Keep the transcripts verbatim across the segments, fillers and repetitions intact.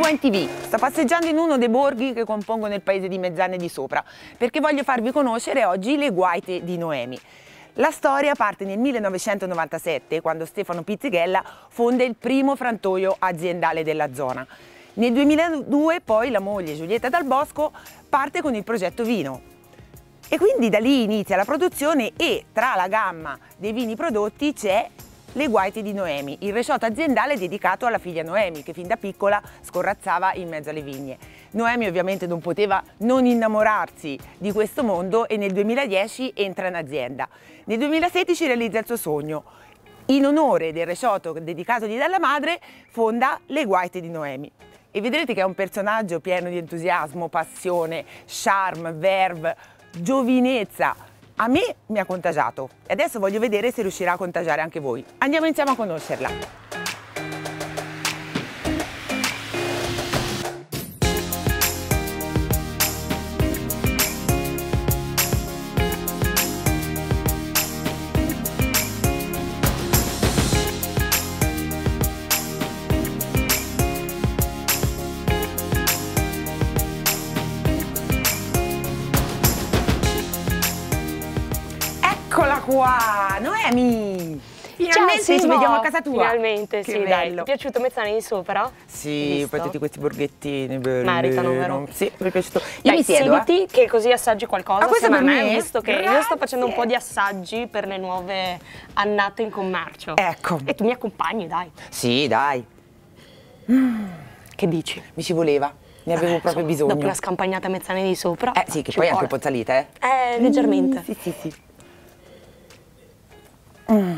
tua in tivù. Sto passeggiando in uno dei borghi che compongono il paese di Mezzane di Sopra, perché voglio farvi conoscere oggi le guaite di Noemi. La storia parte nel millenovecentonovantasette, quando Stefano Pizzighella fonda il primo frantoio aziendale della zona. Nel duemiladue poi la moglie Giulietta Dal Bosco parte con il progetto vino. E quindi da lì inizia la produzione e tra la gamma dei vini prodotti c'è le guaite di Noemi, il resort aziendale dedicato alla figlia Noemi, che fin da piccola scorrazzava in mezzo alle vigne. Noemi ovviamente non poteva non innamorarsi di questo mondo e nel duemiladieci entra in azienda. Nel duemilasedici realizza il suo sogno. In onore del resort dedicatogli dalla madre, fonda le guaite di Noemi. E vedrete che è un personaggio pieno di entusiasmo, passione, charme, verve, giovinezza. A me mi ha contagiato e adesso voglio vedere se riuscirà a contagiare anche voi. Andiamo insieme a conoscerla. Eccola qua, Noemi! Finalmente Ciao, ci vediamo a casa tua! Finalmente, che sì, bello. dai. Ti è piaciuto Mezzane di Sopra? Sì, poi tutti questi borghettini belli. Meritano, vero? Sì, mi è piaciuto. Io Dai, mi siedo, siediti eh. che così assaggi qualcosa. Ah, questo assieme per a me? visto che io Grazie. sto facendo un po' di assaggi per le nuove annate in commercio. Ecco. E tu mi accompagni, dai. Sì, dai. Che dici? Mi ci voleva, ne avevo Vabbè, proprio insomma, bisogno. Dopo la scampagnata Mezzane di Sopra. Eh sì, che ci poi è vuole. anche un po' salita, eh? Eh, leggermente. Mm, sì, sì, sì. Mm.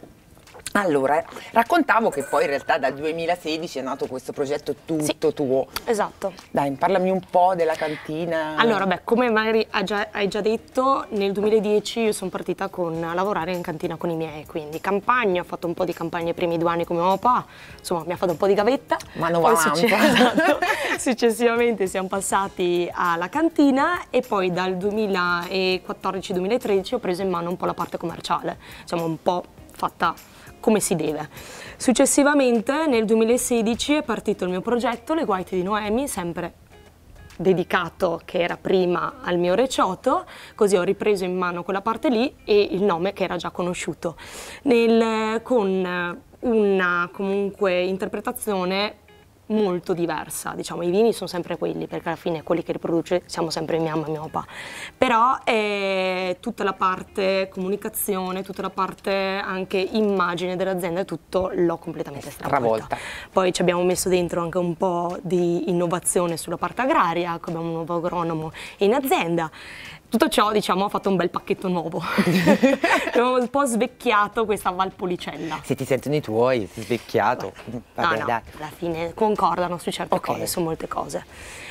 Allora, raccontavo che poi in realtà dal duemilasedici è nato questo progetto tutto Sì, tuo. Esatto. Dai, parlami un po' della cantina. Allora, beh, come magari hai già, hai già detto, nel duemiladieci io sono partita con, a lavorare in cantina con i miei, quindi campagna, ho fatto un po' di campagne i primi due anni come mio papà, insomma mi ha fatto un po' di gavetta. Ma non Poi va succe- esatto. Successivamente siamo passati alla cantina e poi dal duemilaquattordici duemilatredici ho preso in mano un po' la parte commerciale, insomma un po' fatta come si deve. Successivamente nel duemilasedici è partito il mio progetto Le Guaite di Noemi, sempre dedicato che era prima al mio recioto, così ho ripreso in mano quella parte lì e il nome che era già conosciuto, Nel, con una comunque interpretazione molto diversa, diciamo i vini sono sempre quelli perché alla fine quelli che riproduce siamo sempre mia mamma e mio papà, però eh, tutta la parte comunicazione, tutta la parte anche immagine dell'azienda, tutto l'ho completamente stravolta. Poi ci abbiamo messo dentro anche un po' di innovazione sulla parte agraria, abbiamo un nuovo agronomo in azienda. Tutto ciò, diciamo, ha fatto un bel pacchetto nuovo. Abbiamo un po' svecchiato questa Valpolicella. Se ti sentono i tuoi, sei svecchiato. Vabbè, no, no, dai. alla fine concordano su certe Okay. cose, su molte cose.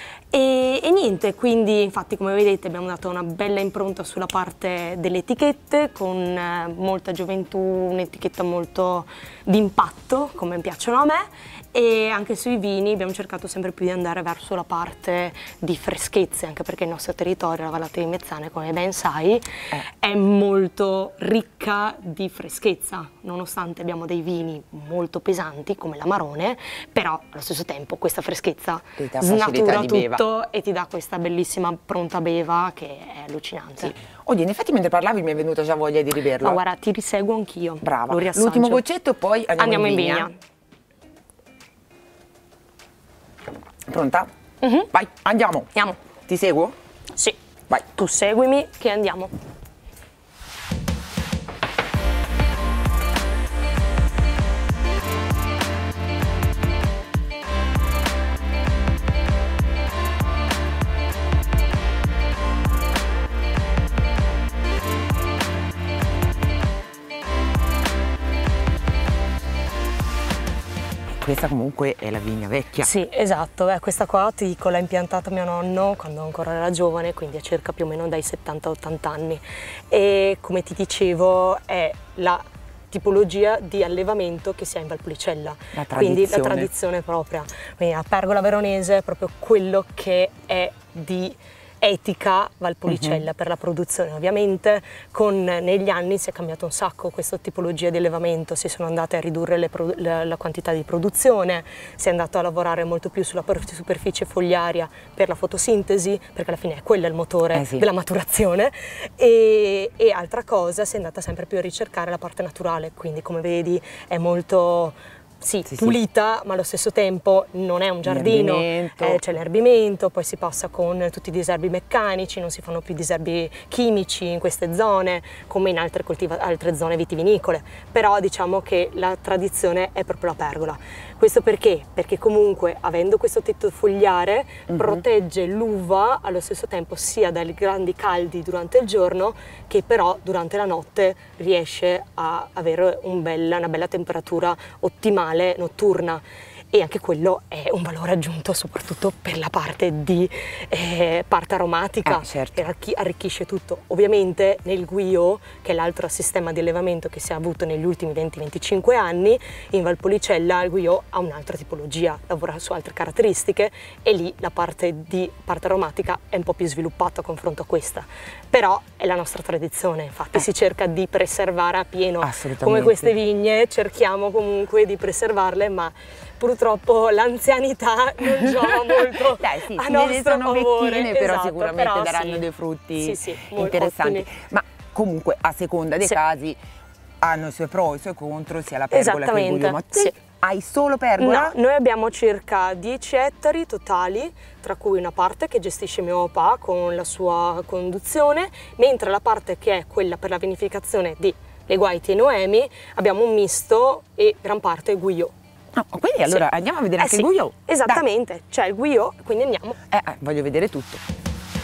E, e niente, quindi infatti come vedete abbiamo dato una bella impronta sulla parte delle etichette con eh, molta gioventù, un'etichetta molto d'impatto come piacciono a me, e anche sui vini abbiamo cercato sempre più di andare verso la parte di freschezze, anche perché il nostro territorio, la Vallata di Mezzane, come ben sai, eh. è molto ricca di freschezza, nonostante abbiamo dei vini molto pesanti come l'Amarone, però allo stesso tempo questa freschezza snatura tutto e ti dà questa bellissima pronta beva che è allucinante. Sì. Oddio, in effetti mentre parlavi mi è venuta già voglia di riberlo. Ma guarda, ti riseguo anch'io. Brava. L'ultimo goccetto e poi andiamo, andiamo in, in vigna. vigna. Pronta? Mm-hmm. Vai, andiamo. Andiamo. Ti seguo? Sì. Vai. Tu seguimi che andiamo. Questa comunque è la vigna vecchia. Sì, esatto. Beh, questa qua, ti dico, l'ha impiantata mio nonno quando ancora era giovane, quindi a circa più o meno dai settanta ottanta anni. E come ti dicevo è la tipologia di allevamento che si ha in Valpolicella, la quindi la tradizione propria. Quindi la pergola veronese è proprio quello che è di etica Valpolicella uh-huh. per la produzione. Ovviamente con, negli anni si è cambiato un sacco questa tipologia di allevamento, si sono andate a ridurre le pro, la, la quantità di produzione, si è andato a lavorare molto più sulla superficie fogliaria per la fotosintesi, perché alla fine è quello il motore eh sì. della maturazione, e, e altra cosa si è andata sempre più a ricercare la parte naturale, quindi come vedi è molto Sì, sì, pulita, sì. ma allo stesso tempo non è un giardino, eh, c'è l'erbimento, poi si passa con tutti i diserbi meccanici, non si fanno più diserbi chimici in queste zone come in altre, coltiva- altre zone vitivinicole, però diciamo che la tradizione è proprio la pergola. Questo perché? Perché comunque avendo questo tetto fogliare uh-huh. protegge l'uva allo stesso tempo sia dai grandi caldi durante il giorno che però durante la notte riesce a avere un bella, una bella temperatura ottimale notturna. E anche quello è un valore aggiunto soprattutto per la parte di eh, parte aromatica, eh, certo. che archi- arricchisce tutto. Ovviamente nel Guyot, che è l'altro sistema di allevamento che si è avuto negli ultimi venti venticinque anni, in Valpolicella il Guyot ha un'altra tipologia, lavora su altre caratteristiche e lì la parte di parte aromatica è un po' più sviluppata a confronto a questa. Però è la nostra tradizione, infatti eh. si cerca di preservare a pieno. Come queste vigne cerchiamo comunque di preservarle, ma purtroppo l'anzianità non gioca molto Dai, sì, a nostro favore, vecchine, però esatto, sicuramente però daranno sì. dei frutti sì, sì, interessanti. ottimi. Ma comunque a seconda dei sì. casi hanno i suoi pro e i suoi contro, sia la pergola che il Guyot. Ma te sì. hai solo pergola? No, noi abbiamo circa dieci ettari totali, tra cui una parte che gestisce mio papà con la sua conduzione, mentre la parte che è quella per la vinificazione di Leguaiti e Noemi abbiamo un misto e gran parte Guyot. No, quindi allora sì. andiamo a vedere eh anche sì, il Guyot. Esattamente, c'è il Guyot, quindi andiamo. Eh, eh, voglio vedere tutto.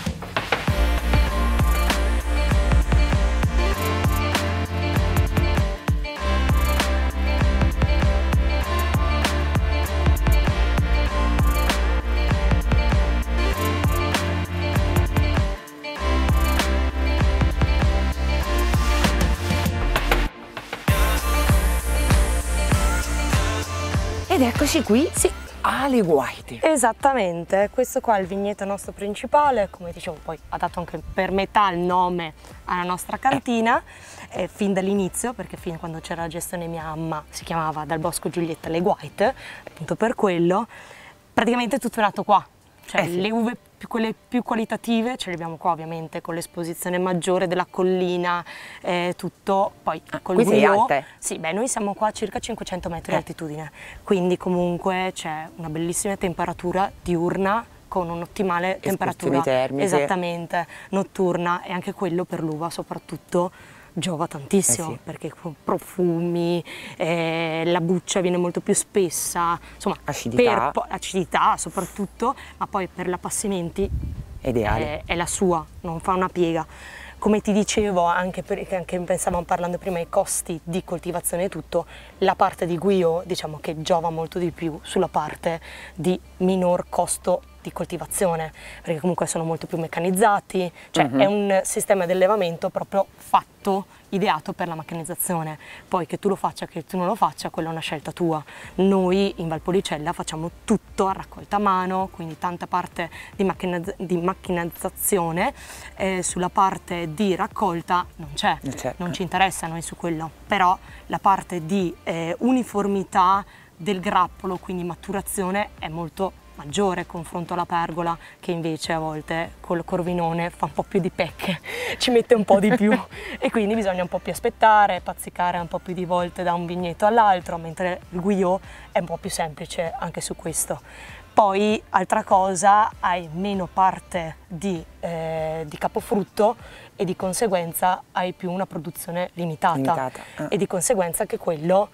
Ed eccoci qui, sì, a Leguaiti. Esattamente, questo qua è il vigneto nostro principale, come dicevo poi ha dato anche per metà il nome alla nostra cantina, eh, fin dall'inizio, perché fin quando c'era la gestione mia mamma si chiamava Dal Bosco Giulietta Leguaiti, appunto per quello, praticamente tutto è nato qua, cioè eh sì. le uve più, quelle più qualitative ce le abbiamo qua ovviamente con l'esposizione maggiore della collina, eh, tutto, poi ah, col qui sei Guyot, alta? sì, beh noi siamo qua a circa cinquecento metri eh. di altitudine, quindi comunque c'è una bellissima temperatura diurna con un'ottimale temperatura termiche. Esattamente, notturna, e anche quello per l'uva soprattutto giova tantissimo, eh sì. perché profumi, eh, la buccia viene molto più spessa, insomma acidità, per, acidità soprattutto, ma poi per l'appassimenti ideale. È, è la sua, non fa una piega. Come ti dicevo, anche perché anche pensavamo parlando prima ai costi di coltivazione e tutto, la parte di Guyot diciamo che giova molto di più sulla parte di minor costo di coltivazione, perché comunque sono molto più meccanizzati, cioè uh-huh. è un sistema di allevamento proprio fatto, ideato per la meccanizzazione. Poi che tu lo faccia, che tu non lo faccia, quella è una scelta tua. Noi in Valpolicella facciamo tutto a raccolta a mano, quindi tanta parte di, macchina- di macchinizzazione, eh, sulla parte di raccolta non c'è, certo. non ci interessa a noi su quello, però la parte di eh, uniformità del grappolo, quindi maturazione, è molto maggiore confronto alla pergola, che invece a volte col corvinone fa un po' più di pecche, ci mette un po' di più e quindi bisogna un po' più aspettare, pazzicare un po' più di volte da un vigneto all'altro, mentre il Guyot è un po' più semplice anche su questo. Poi, altra cosa, hai meno parte di, eh, di capofrutto e di conseguenza hai più una produzione limitata, limitata. Ah. e di conseguenza che quello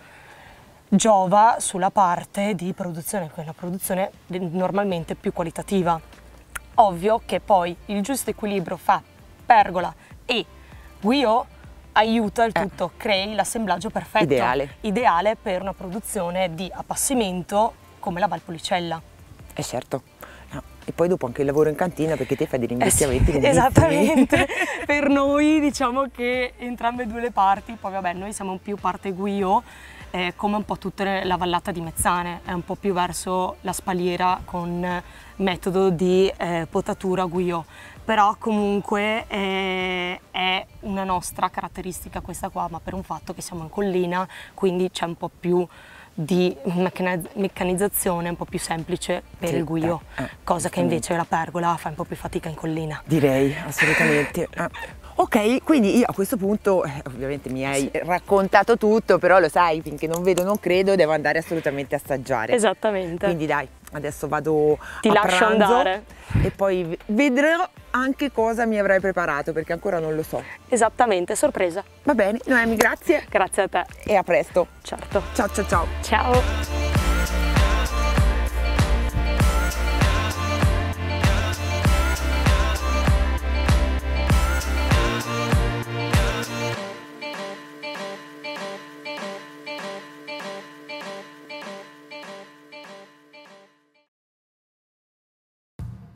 giova sulla parte di produzione, quella produzione normalmente più qualitativa. Ovvio che poi il giusto equilibrio fra pergola e Guyot aiuta il tutto, eh. crei l'assemblaggio perfetto, ideale. ideale per una produzione di appassimento come la Valpolicella. Eh certo. No. E poi dopo anche il lavoro in cantina, perché te fai degli investimenti. Eh sì, esattamente, per noi diciamo che entrambe e due le parti, poi vabbè noi siamo più parte Guyot, eh, come un po' tutta la vallata di Mezzane, è un po' più verso la spaliera con metodo di eh, potatura a guio, però comunque eh, è una nostra caratteristica questa qua, ma per un fatto che siamo in collina, quindi c'è un po' più di meccanizzazione, un po' più semplice per sì, il guio, eh, cosa che invece la pergola fa un po' più fatica in collina. Direi, assolutamente. Eh. Ok, quindi io a questo punto, eh, ovviamente mi hai sì. raccontato tutto, però lo sai, finché non vedo non credo, devo andare assolutamente a assaggiare. Esattamente. Quindi dai, adesso vado Ti a lascio pranzo andare. E poi vedrò anche cosa mi avrai preparato, perché ancora non lo so. Esattamente, sorpresa. Va bene, Noemi, grazie. Grazie a te. E a presto. Certo. Ciao ciao ciao. Ciao.